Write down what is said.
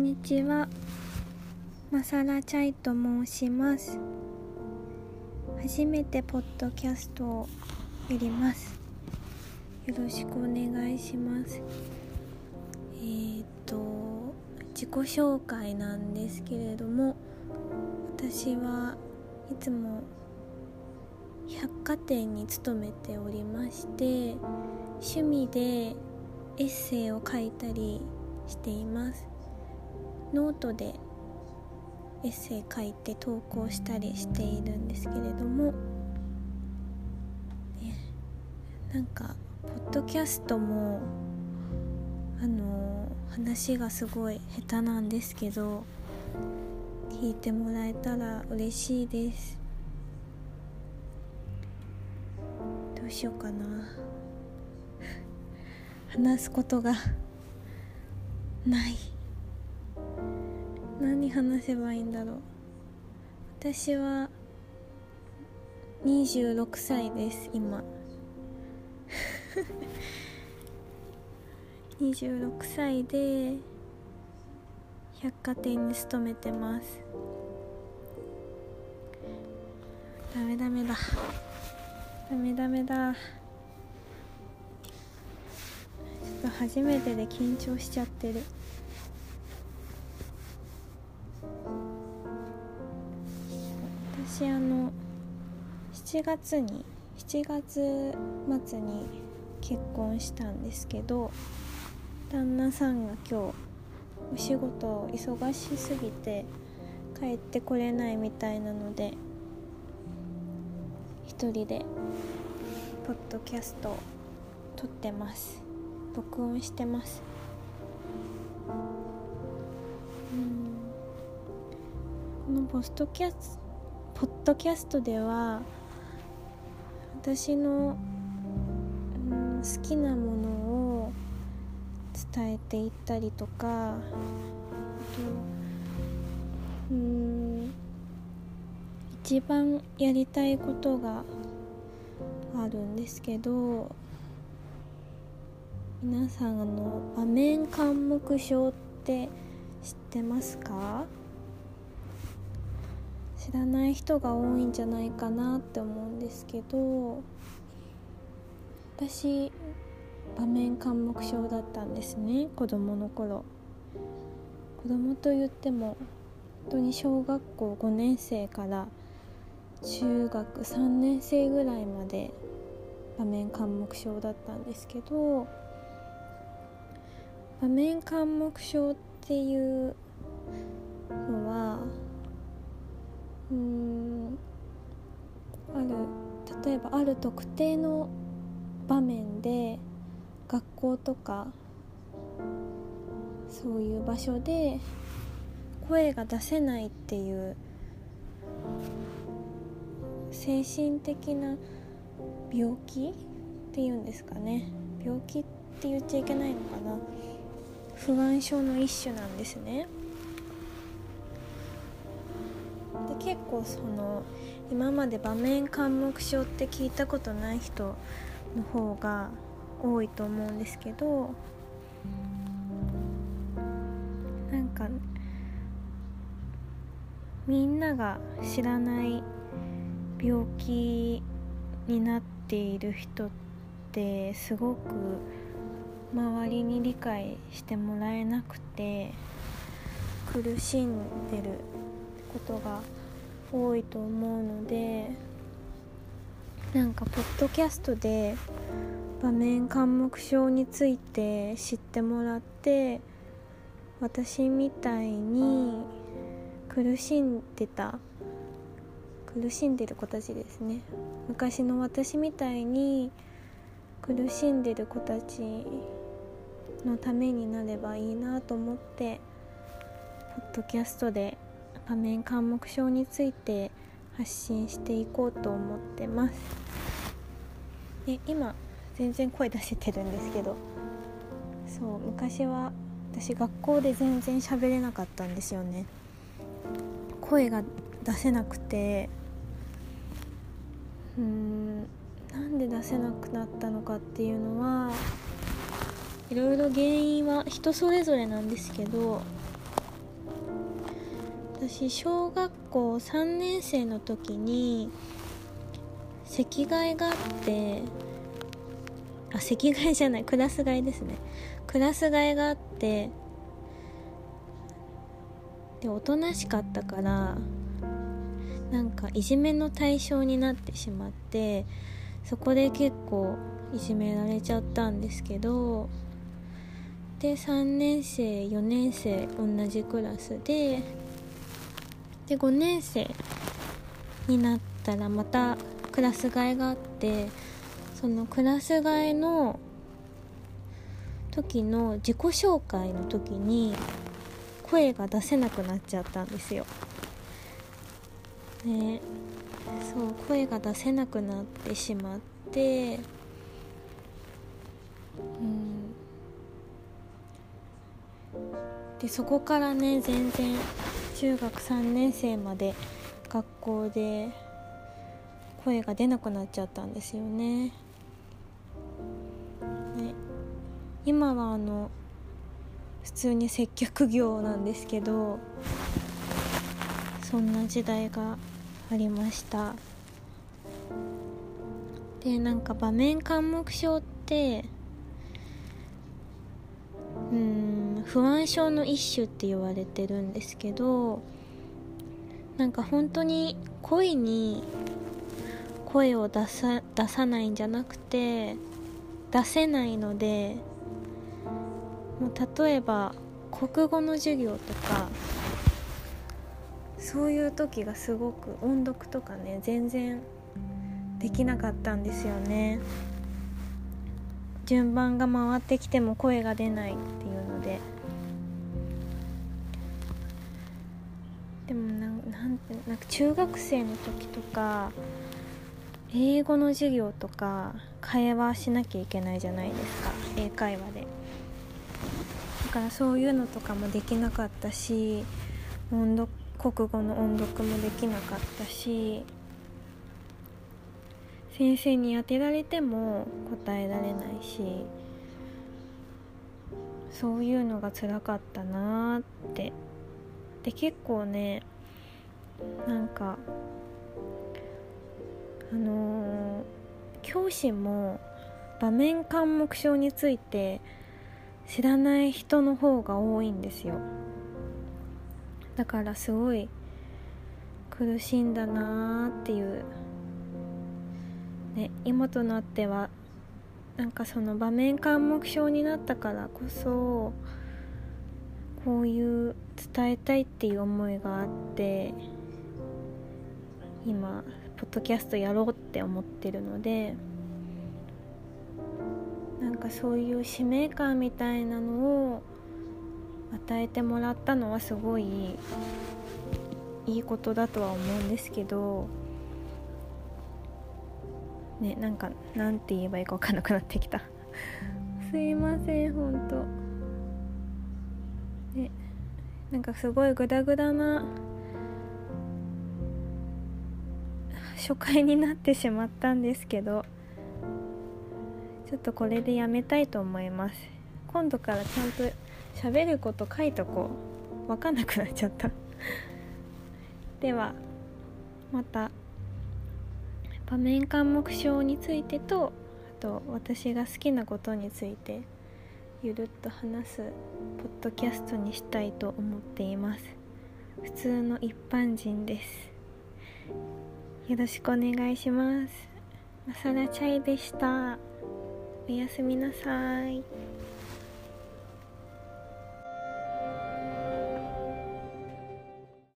にちは、マサラチャイと申します。初めてポッドキャストをやります。よろしくお願いします。自己紹介なんですけれども、私はいつも百貨店に勤めておりまして、趣味でエッセイを書いたりしています。ノートでエッセイ書いて投稿したりしているんですけれども、なんかポッドキャストも話がすごい下手なんですけど、聞いてもらえたら嬉しいです。どうしようかな話すことがない。何話せばいいんだろう。私は26歳です今26歳で百貨店に勤めてます。ダメだちょっと初めてで緊張しちゃってる。私7月末に結婚したんですけど、旦那さんが今日お仕事忙しすぎて帰ってこれないみたいなので、一人でポッドキャストを撮ってます。録音してます。このポッドキャストでは私の好きなものを伝えていったりとか、一番やりたいことがあるんですけど、皆さん場面緘黙症って知ってますか？知らない人が多いんじゃないかなって思うんですけど、私場面緘黙症だったんですね。子供の頃。子供と言っても本当に小学校5年生から中学3年生ぐらいまで場面緘黙症だったんですけど、場面緘黙症っていうのは例えばある特定の場面で、学校とかそういう場所で声が出せないっていう精神的な病気っていうんですかね。病気って言っちゃいけないのかな。不安症の一種なんですね。で、結構今まで場面緘黙症って聞いたことない人の方が多いと思うんですけど、なんかみんなが知らない病気になっている人ってすごく周りに理解してもらえなくて苦しんでることが多いと思うので、なんかポッドキャストで場面緘黙症について知ってもらって、私みたいに苦しんでる子たちですね。昔の私みたいに苦しんでる子たちのためになればいいなと思って、ポッドキャストで場面緘黙症について発信していこうと思ってます。で、今全然声出せてるんですけど、昔は私学校で全然喋れなかったんですよね。声が出せなくて、なんで出せなくなったのかっていうのはいろいろ原因は人それぞれなんですけど、 私小学校3年生の時に席替えがあって、席替えじゃない、クラス替えですね。クラス替えがあって、でおとなしかったからなんかいじめの対象になってしまって、そこで結構いじめられちゃったんですけど、で3年生4年生同じクラスで5年生になったらまたクラス替えがあって、そのクラス替えの時の自己紹介の時に声が出せなくなっちゃったんですよね。そう声が出せなくなってしまって、でそこからね全然中学3年生まで学校で声が出なくなっちゃったんですよね。今は普通に接客業なんですけど、そんな時代がありました。でなんか場面緘黙症って不安症の一種って言われてるんですけど、なんか本当に声に声を出さないんじゃなくて、出せないので、もう例えば国語の授業とかそういう時がすごく音読とかね全然できなかったんですよね。順番が回ってきても声が出ないっていうので、でもなんか中学生の時とか英語の授業とか会話しなきゃいけないじゃないですか、英会話で。だからそういうのとかもできなかったし、国語の音読もできなかったし、先生に当てられても答えられないし、そういうのが辛かったなーって。で結構ね、なんか教師も場面緘黙症について知らない人の方が多いんですよ。だからすごい苦しいんだなっていうね。今となってはなんかその場面緘黙症になったからこそこういう伝えたいっていう思いがあって、今ポッドキャストやろうって思ってるので、なんかそういう使命感みたいなのを与えてもらったのはすごいいいことだとは思うんですけどね、なんて言えばいいか分かんなくなってきたすいませんほんとね。なんかすごいグダグダな初回になってしまったんですけど、ちょっとこれでやめたいと思います。今度からちゃんと喋ること書いとこう。分かんなくなっちゃったではまた場面緘黙症についてと、あと私が好きなことについてゆるっと話すポッドキャストにしたいと思っています。普通の一般人です。よろしくお願いします。マサラチャイでした。おやすみなさい。